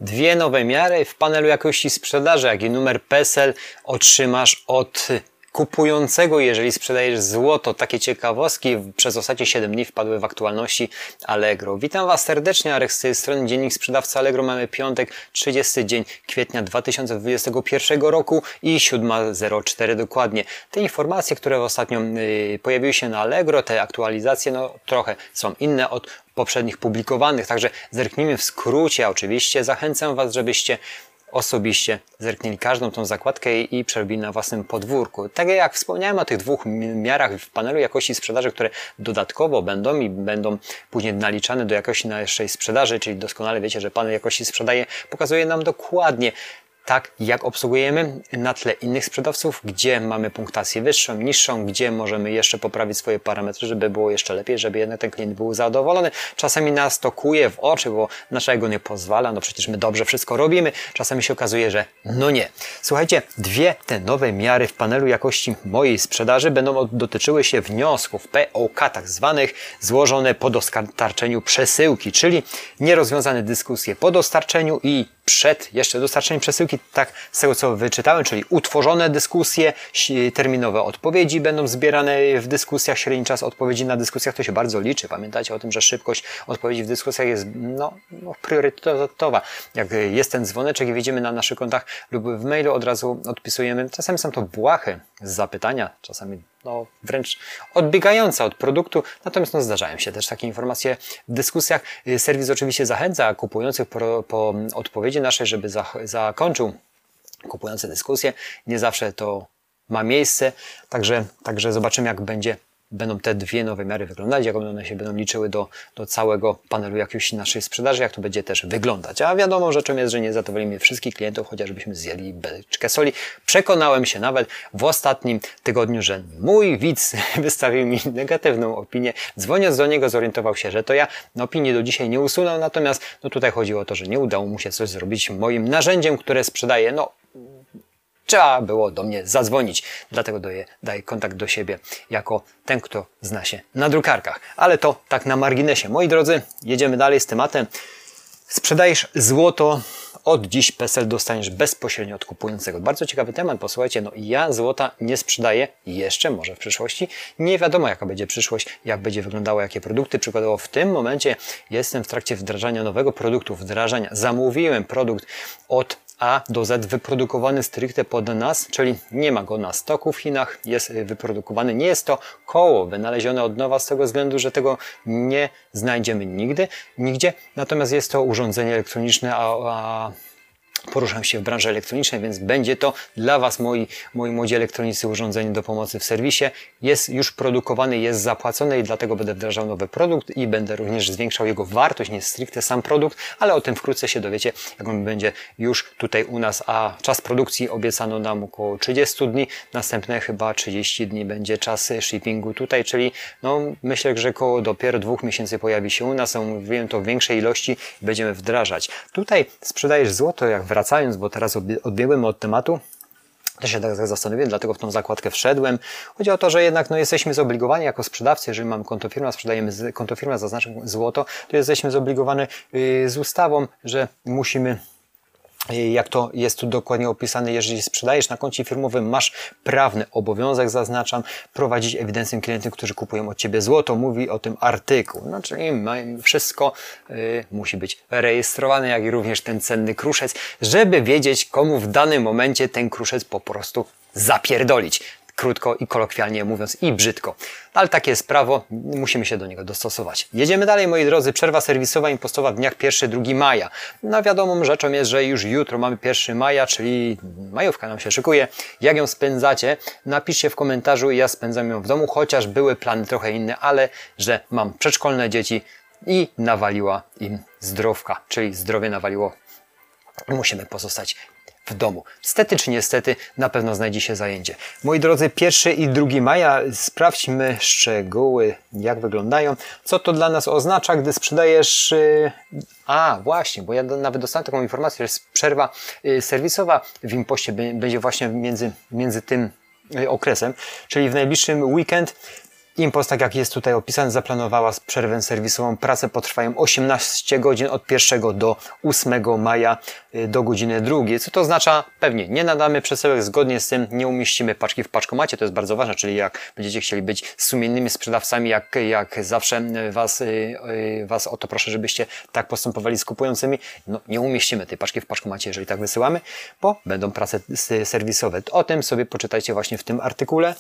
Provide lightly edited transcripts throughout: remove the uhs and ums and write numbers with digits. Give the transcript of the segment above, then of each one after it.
Dwie nowe miary w panelu jakości sprzedaży, jak i numer PESEL otrzymasz od kupującego, jeżeli sprzedajesz złoto. Takie ciekawostki przez ostatnie 7 dni wpadły w aktualności Allegro. Witam Was serdecznie, Arek z tej strony, Dziennik Sprzedawca Allegro. Mamy piątek, 30 dzień kwietnia 2021 roku i 7:04 dokładnie. Te informacje, które ostatnio pojawiły się na Allegro, te aktualizacje, no trochę są inne od poprzednich publikowanych, także zerknijmy w skrócie. Oczywiście zachęcam Was, żebyście osobiście zerknęli każdą tą zakładkę i przerobili na własnym podwórku. Tak jak wspomniałem o tych dwóch miarach w panelu jakości sprzedaży, które dodatkowo będą później naliczane do jakości naszej sprzedaży, czyli doskonale wiecie, że panel jakości sprzedaży pokazuje nam dokładnie tak, jak obsługujemy na tle innych sprzedawców, gdzie mamy punktację wyższą, niższą, gdzie możemy jeszcze poprawić swoje parametry, żeby było jeszcze lepiej, żeby jednak ten klient był zadowolony. Czasami nas to kuje w oczy, bo naszego nie pozwala, no przecież my dobrze wszystko robimy. Czasami się okazuje, że no nie. Słuchajcie, dwie te nowe miary w panelu jakości mojej sprzedaży będą dotyczyły się wniosków POK, tak zwanych, złożone po dostarczeniu przesyłki, czyli nierozwiązane dyskusje po dostarczeniu i przed jeszcze dostarczeniem przesyłki, tak z tego co wyczytałem, czyli utworzone dyskusje, terminowe odpowiedzi będą zbierane w dyskusjach, średni czas odpowiedzi na dyskusjach to się bardzo liczy. Pamiętajcie o tym, że szybkość odpowiedzi w dyskusjach jest priorytetowa. Jak jest ten dzwoneczek i widzimy na naszych kontach lub w mailu, od razu odpisujemy. Czasami są to błahe zapytania, czasami wręcz odbiegające od produktu, natomiast zdarzają się też takie informacje w dyskusjach. Serwis oczywiście zachęca kupujących po odpowiedzi naszej, żeby zakończył kupujący dyskusję. Nie zawsze to ma miejsce, także zobaczymy, jak będą te dwie nowe miary wyglądać, jak one się będą liczyły do całego panelu jakości naszej sprzedaży, jak to będzie też wyglądać. A wiadomo rzeczą jest, że nie zadowolimy wszystkich klientów, chociażbyśmy zjedli beczkę soli. Przekonałem się nawet w ostatnim tygodniu, że mój widz wystawił mi negatywną opinię. Dzwoniąc do niego, zorientował się, że to ja. Opinię do dzisiaj nie usunął, natomiast tutaj chodziło o to, że nie udało mu się coś zrobić moim narzędziem, które sprzedaje. Trzeba było do mnie zadzwonić, dlatego daję kontakt do siebie jako ten, kto zna się na drukarkach. Ale to tak na marginesie. Moi drodzy, jedziemy dalej z tematem. Sprzedajesz złoto, od dziś PESEL dostaniesz bezpośrednio od kupującego. Bardzo ciekawy temat, posłuchajcie, ja złota nie sprzedaję jeszcze, może w przyszłości. Nie wiadomo, jaka będzie przyszłość, jak będzie wyglądało, jakie produkty. Przykładowo w tym momencie jestem w trakcie wdrażania nowego produktu, zamówiłem produkt od A do Z wyprodukowany stricte pod nas, czyli nie ma go na stoku w Chinach, jest wyprodukowany, nie jest to koło wynalezione od nowa z tego względu, że tego nie znajdziemy nigdzie, natomiast jest to urządzenie elektroniczne, a poruszam się w branży elektronicznej, więc będzie to dla Was, moi młodzi elektronicy, urządzenie do pomocy w serwisie. Jest już produkowany, jest zapłacony i dlatego będę wdrażał nowy produkt i będę również zwiększał jego wartość, nie stricte sam produkt, ale o tym wkrótce się dowiecie, jak on będzie już tutaj u nas, a czas produkcji obiecano nam około 30 dni, następne chyba 30 dni będzie czas shippingu tutaj, czyli myślę, że około dopiero 2 miesięcy pojawi się u nas, mówiłem to w większej ilości i będziemy wdrażać. Tutaj sprzedajesz złoto, jak wracając, bo teraz odbiegłem od tematu, to się tak zastanowiłem, dlatego w tą zakładkę wszedłem. Chodzi o to, że jednak jesteśmy zobligowani jako sprzedawcy, jeżeli mamy konto firma, sprzedajemy konto firma, zaznaczam złoto, to jesteśmy zobligowani z ustawą, że musimy, jak to jest tu dokładnie opisane, jeżeli sprzedajesz na koncie firmowym, masz prawny obowiązek, zaznaczam, prowadzić ewidencję klientów, którzy kupują od Ciebie złoto. Mówi o tym artykuł. Czyli wszystko musi być rejestrowane, jak i również ten cenny kruszec, żeby wiedzieć, komu w danym momencie ten kruszec po prostu zapierdolić. Krótko i kolokwialnie mówiąc i brzydko. Ale takie jest prawo, musimy się do niego dostosować. Jedziemy dalej, moi drodzy. Przerwa serwisowa impostowa w dniach 1-2 maja. Wiadomą rzeczą jest, że już jutro mamy 1 maja, czyli majówka nam się szykuje. Jak ją spędzacie? Napiszcie w komentarzu, ja spędzam ją w domu, chociaż były plany trochę inne, ale że mam przedszkolne dzieci i nawaliła im zdrowka, czyli zdrowie nawaliło. Musimy pozostać w domu. Stety czy niestety, na pewno znajdzie się zajęcie. Moi drodzy, 1 i 2 maja, sprawdźmy szczegóły, jak wyglądają. Co to dla nas oznacza, gdy sprzedajesz... właśnie, bo ja nawet dostałem taką informację, że jest przerwa serwisowa w impoście będzie właśnie między tym okresem, czyli w najbliższym weekend InPost, tak jak jest tutaj opisane, zaplanowała przerwę serwisową. Prace potrwają 18 godzin od 1 do 8 maja do godziny 2. Co to oznacza? Pewnie nie nadamy przesyłek, zgodnie z tym nie umieścimy paczki w paczkomacie, to jest bardzo ważne, czyli jak będziecie chcieli być sumiennymi sprzedawcami, jak zawsze was o to proszę, żebyście tak postępowali z kupującymi, no nie umieścimy tej paczki w paczkomacie, jeżeli tak wysyłamy, bo będą prace serwisowe. O tym sobie poczytajcie właśnie w tym artykule.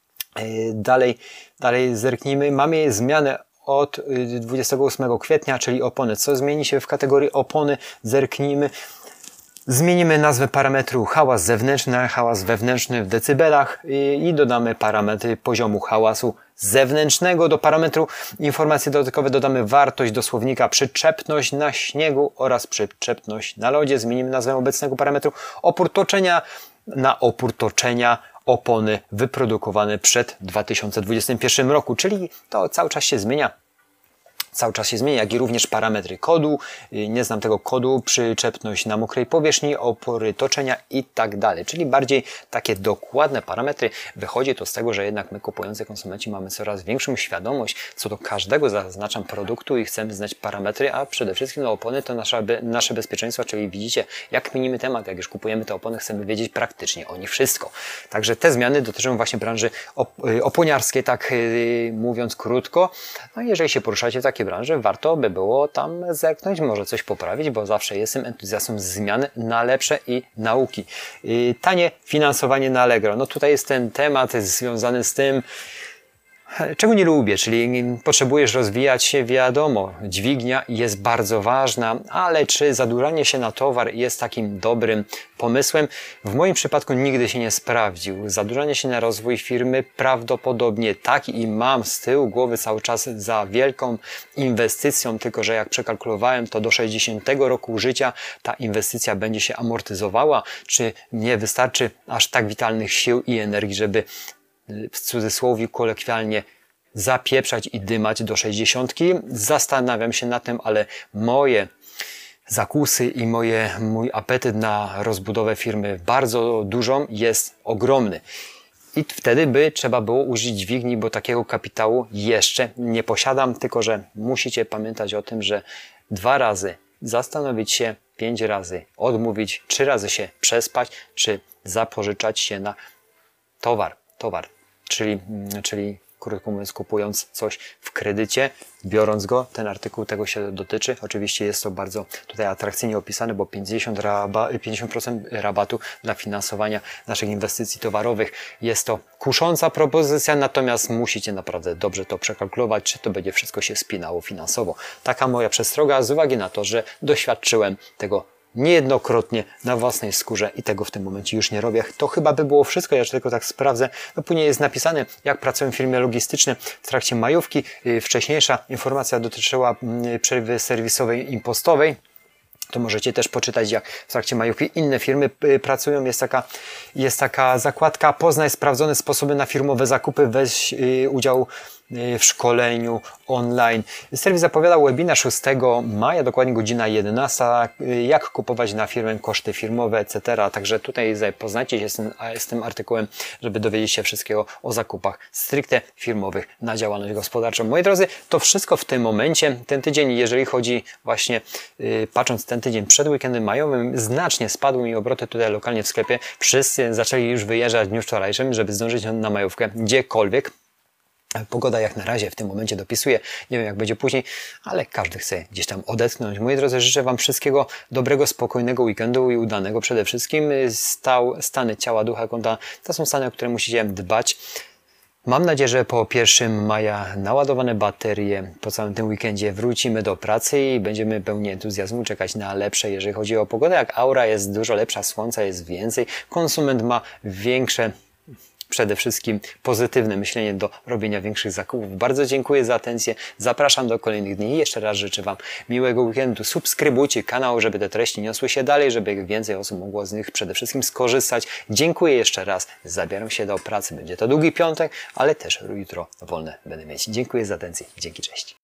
Dalej zerknijmy. Mamy zmianę od 28 kwietnia, czyli opony. Co zmieni się w kategorii opony? Zerknijmy. Zmienimy nazwę parametru hałas zewnętrzny na hałas wewnętrzny w decybelach i dodamy parametry poziomu hałasu zewnętrznego. Do parametru informacje dodatkowe dodamy wartość do słownika przyczepność na śniegu oraz przyczepność na lodzie. Zmienimy nazwę obecnego parametru opór toczenia na opór toczenia opony wyprodukowane przed 2021 roku, czyli to cały czas się zmienia. Jak i również parametry kodu. Nie znam tego kodu, przyczepność na mokrej powierzchni, opory toczenia i tak dalej. Czyli bardziej takie dokładne parametry. Wychodzi to z tego, że jednak my kupujący konsumenci mamy coraz większą świadomość co do każdego, zaznaczam, produktu i chcemy znać parametry, a przede wszystkim opony to nasze bezpieczeństwo, czyli widzicie, jak minimy temat, jak już kupujemy te opony, chcemy wiedzieć praktycznie o nich wszystko. Także te zmiany dotyczą właśnie branży oponiarskiej, tak mówiąc krótko. No i jeżeli się poruszacie w takiej branży, warto by było tam zerknąć, może coś poprawić, bo zawsze jestem entuzjastą zmian na lepsze i nauki. Tanie finansowanie na Allegro. No tutaj jest ten temat związany z tym, czego nie lubię, czyli potrzebujesz rozwijać się, wiadomo, dźwignia jest bardzo ważna, ale czy zadłużanie się na towar jest takim dobrym pomysłem? W moim przypadku nigdy się nie sprawdził. Zadłużanie się na rozwój firmy prawdopodobnie tak i mam z tyłu głowy cały czas za wielką inwestycją, tylko że jak przekalkulowałem to do 60 roku życia ta inwestycja będzie się amortyzowała, czy nie wystarczy aż tak witalnych sił i energii, żeby w cudzysłowie kolokwialnie zapieprzać i dymać do 60. Zastanawiam się nad tym, ale moje zakusy i mój apetyt na rozbudowę firmy bardzo dużą jest ogromny. I wtedy by trzeba było użyć dźwigni, bo takiego kapitału jeszcze nie posiadam, tylko że musicie pamiętać o tym, że 2 razy zastanowić się, 5 razy odmówić, 3 razy się przespać, czy zapożyczać się na towar, czyli krótko mówiąc, kupując coś w kredycie, biorąc go, ten artykuł tego się dotyczy. Oczywiście jest to bardzo tutaj atrakcyjnie opisane, bo 50% rabatu dla finansowania naszych inwestycji towarowych. Jest to kusząca propozycja, natomiast musicie naprawdę dobrze to przekalkulować, czy to będzie wszystko się spinało finansowo. Taka moja przestroga z uwagi na to, że doświadczyłem tego niejednokrotnie na własnej skórze i tego w tym momencie już nie robię. To chyba by było wszystko, ja już tylko tak sprawdzę. No później jest napisane, jak pracuję w firmie logistycznej w trakcie majówki. Wcześniejsza informacja dotyczyła przerwy serwisowej impostowej. To możecie też poczytać, jak w trakcie majówki inne firmy pracują. Jest taka zakładka: poznaj sprawdzone sposoby na firmowe zakupy, weź udział w szkoleniu online. Serwis zapowiada webinar 6 maja, dokładnie godzina 11, jak kupować na firmę, koszty firmowe, etc. Także tutaj zapoznajcie się z tym artykułem, żeby dowiedzieć się wszystkiego o zakupach stricte firmowych na działalność gospodarczą. Moi drodzy, to wszystko w tym momencie. Ten tydzień, jeżeli chodzi właśnie, patrząc ten tydzień przed weekendem majowym, znacznie spadły mi obroty tutaj lokalnie w sklepie. Wszyscy zaczęli już wyjeżdżać w dniu wczorajszym, żeby zdążyć na majówkę gdziekolwiek. Pogoda jak na razie w tym momencie dopisuje, nie wiem jak będzie później, ale każdy chce gdzieś tam odetchnąć. Moi drodzy, życzę Wam wszystkiego dobrego, spokojnego weekendu i udanego przede wszystkim. Stany ciała, ducha, konta to są stany, o które musicie dbać. Mam nadzieję, że po 1 maja naładowane baterie po całym tym weekendzie wrócimy do pracy i będziemy pełni entuzjazmu czekać na lepsze, jeżeli chodzi o pogodę. Jak aura jest dużo lepsza, słońca jest więcej, konsument ma większe, przede wszystkim pozytywne myślenie do robienia większych zakupów. Bardzo dziękuję za atencję. Zapraszam do kolejnych dni i jeszcze raz życzę Wam miłego weekendu. Subskrybujcie kanał, żeby te treści niosły się dalej, żeby więcej osób mogło z nich przede wszystkim skorzystać. Dziękuję jeszcze raz. Zabieram się do pracy. Będzie to długi piątek, ale też jutro wolne będę mieć. Dziękuję za atencję. Dzięki, cześć.